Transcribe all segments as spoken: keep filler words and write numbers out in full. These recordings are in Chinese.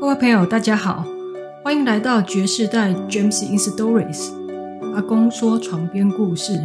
各位朋友大家好，欢迎来到爵士代 James in Stories 阿公说床边故事。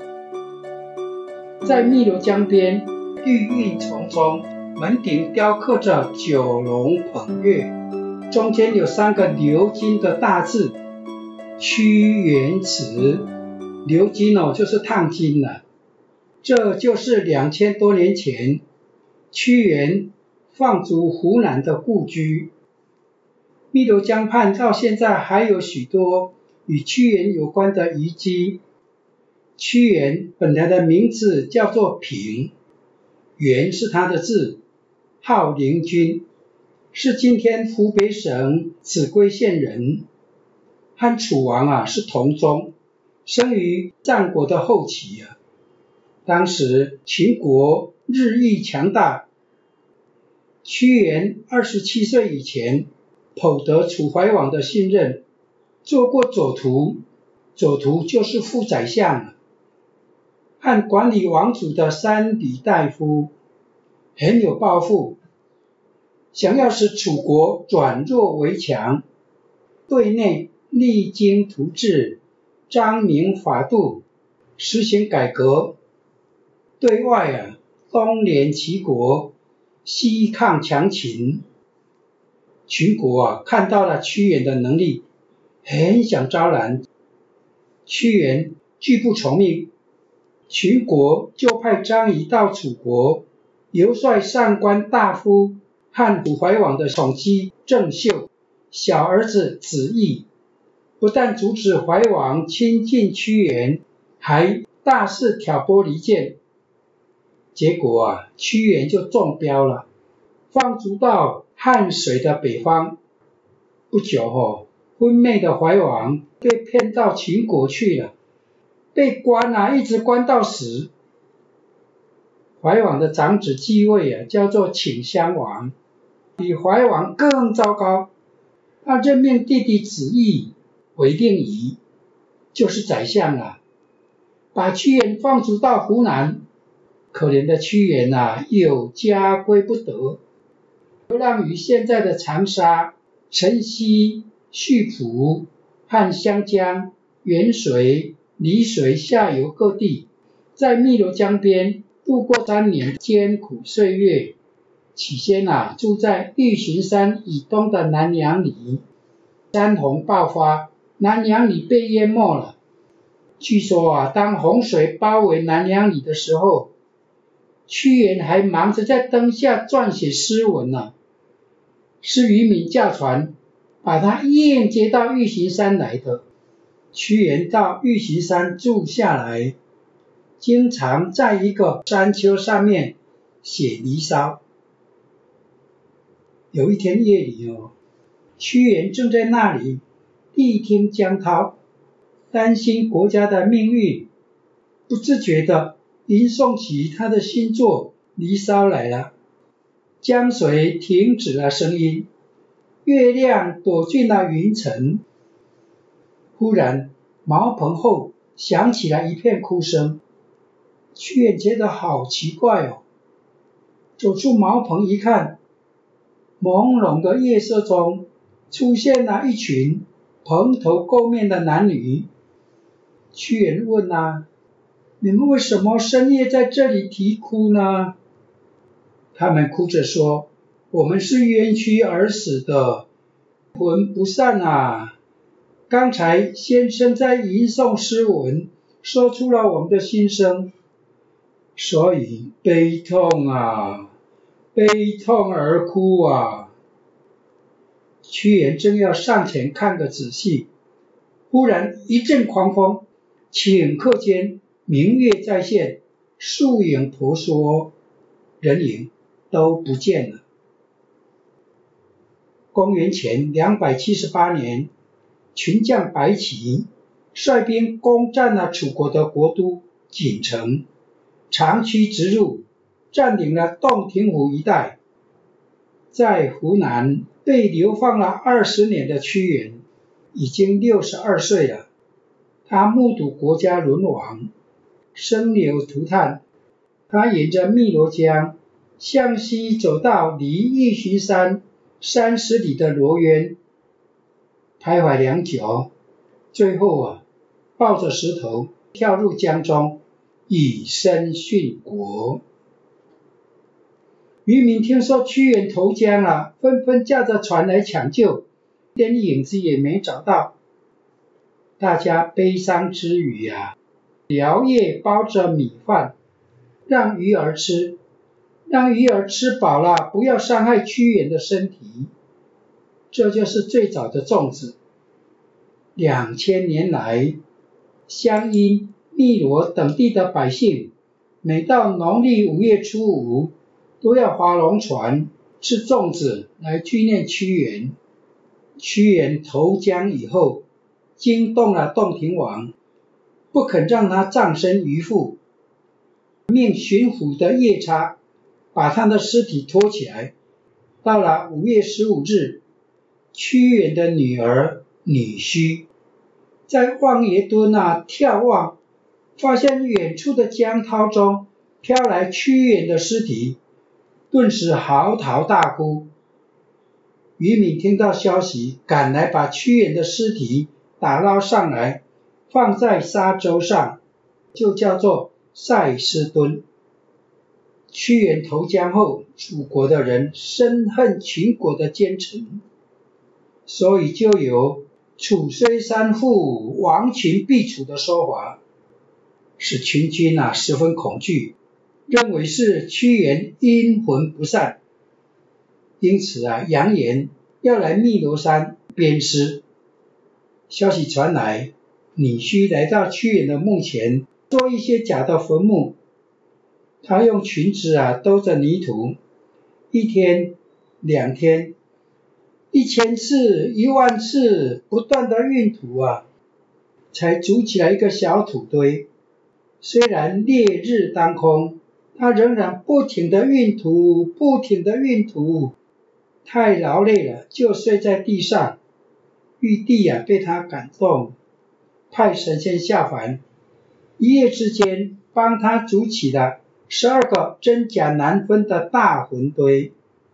在汨罗江边，绿荫丛中，门顶雕刻着九龙捧月，中间有三个鎏金的大字屈原祠。鎏金哦，就是烫金了。这就是两千多年前屈原放逐湖南的故居。汨罗江畔到现在还有许多与屈原有关的遗迹。屈原本来的名字叫做平，原是他的字，号灵均，是今天湖北省秭归县人，和楚王啊是同宗，生于战国的后期啊。当时秦国日益强大，屈原二十七岁以前颇得楚怀王的信任，做过左徒，左徒就是副宰相，和管理王储的三闾大夫，很有抱负，想要使楚国转弱为强，对内励精图治，彰明法度，实行改革，对外啊东联齐国，西抗强秦。秦国啊看到了屈原的能力，很想招揽。屈原拒不从命，秦国就派张仪到楚国，游说上官大夫和楚怀王的宠姬郑袖、小儿子子义，不但阻止怀王亲近屈原，还大肆挑拨离间。结果啊，屈原就中标了，放逐到汉水的北方。不久后，昏昧的怀王被骗到秦国去了，被关啊，一直关到死。怀王的长子继位啊，叫做顷襄王，比怀王更糟糕。他任命弟弟子义为令尹，就是宰相啊，把屈原放逐到湖南。可怜的屈原啊，有家归不得，流浪于现在的长沙、辰溪、溆浦、汉湘江、沅水、澧水下游各地，在汨罗江边度过三年艰苦岁月。起先啊，住在玉寻山以东的南阳里，山洪爆发，南阳里被淹没了。据说啊，当洪水包围南阳里的时候，屈原还忙着在灯下撰写诗文呢、啊，是渔民驾船把他硬接到玉寻山来的。屈原到玉寻山住下来，经常在一个山丘上面写《离骚》。有一天夜里哦，屈原正在那里谛听江涛，担心国家的命运，不自觉地吟诵起他的新作《离骚》来了。江水停止了声音，月亮躲进了云层。忽然茅棚后响起了一片哭声，屈原觉得好奇怪哦，走出茅棚一看，朦胧的夜色中出现了一群蓬头垢面的男女。屈原问啊，你们为什么深夜在这里啼哭呢？他们哭着说，我们是冤屈而死的，魂不散啊。刚才先生在吟诵诗文，说出了我们的心声，所以悲痛啊，悲痛而哭啊。屈原正要上前看个仔细，忽然一阵狂风，顷刻间明月再现，树影婆娑，人影都不见了。公元前两百七十八年，群将白起率兵攻占了楚国的国都锦城，长驱直入，占领了洞庭湖一带。在湖南被流放了二十年的屈原已经六十二岁了，他目睹国家沦亡，生流涂炭。他沿着汨罗江向西走到离玉寻山山石里的罗渊，徘徊良久，最后啊，抱着石头跳入江中，以身殉国。渔民听说屈原投江了，纷纷驾着船来抢救，连影子也没找到。大家悲伤之余啊，舀叶包着米饭，让鱼儿吃，让鱼儿吃饱了，不要伤害屈原的身体。这就是最早的粽子。两千年来，湘阴、汨罗等地的百姓，每到农历五月初五，都要划龙船吃粽子来纪念屈原。屈原投江以后，惊动了洞庭王，不肯让他葬身鱼腹，命巡抚的夜叉把他的尸体拖起来。到了五月十五日，屈原的女儿女婿在望爷墩那眺望，发现远处的江涛中飘来屈原的尸体，顿时嚎啕大哭。渔民听到消息，赶来把屈原的尸体打捞上来，放在沙洲上，就叫做赛尸墩。屈原投江后，楚国的人深恨秦国的奸臣，所以就有楚虽三户，亡秦必楚的说法，使秦军啊十分恐惧，认为是屈原阴魂不散，因此啊扬言要来汨罗山鞭尸。消息传来，女婿来到屈原的墓前，做一些假的坟墓。他用裙子啊兜着泥土，一天、两天、一千次、一万次，不断的运土啊，才筑起来一个小土堆。虽然烈日当空，他仍然不停的运土，不停的运土，太劳累了，就睡在地上。玉帝啊被他感动，派神仙下凡，一夜之间帮他筑起了十二个真假难分的大坟堆。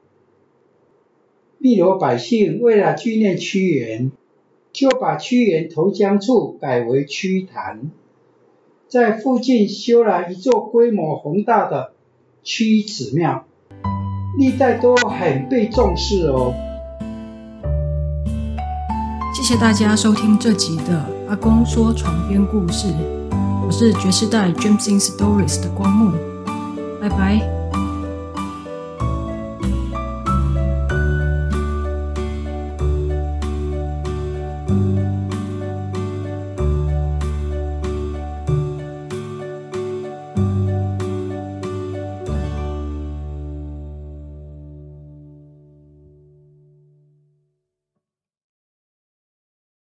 汨罗百姓为了纪念屈原，就把屈原投江处改为屈坛，在附近修了一座规模宏大的屈子庙，历代都很被重视哦。 谢谢大家收听这集的阿公说床边故事，我是爵士代 James in Stories 的光木，拜拜。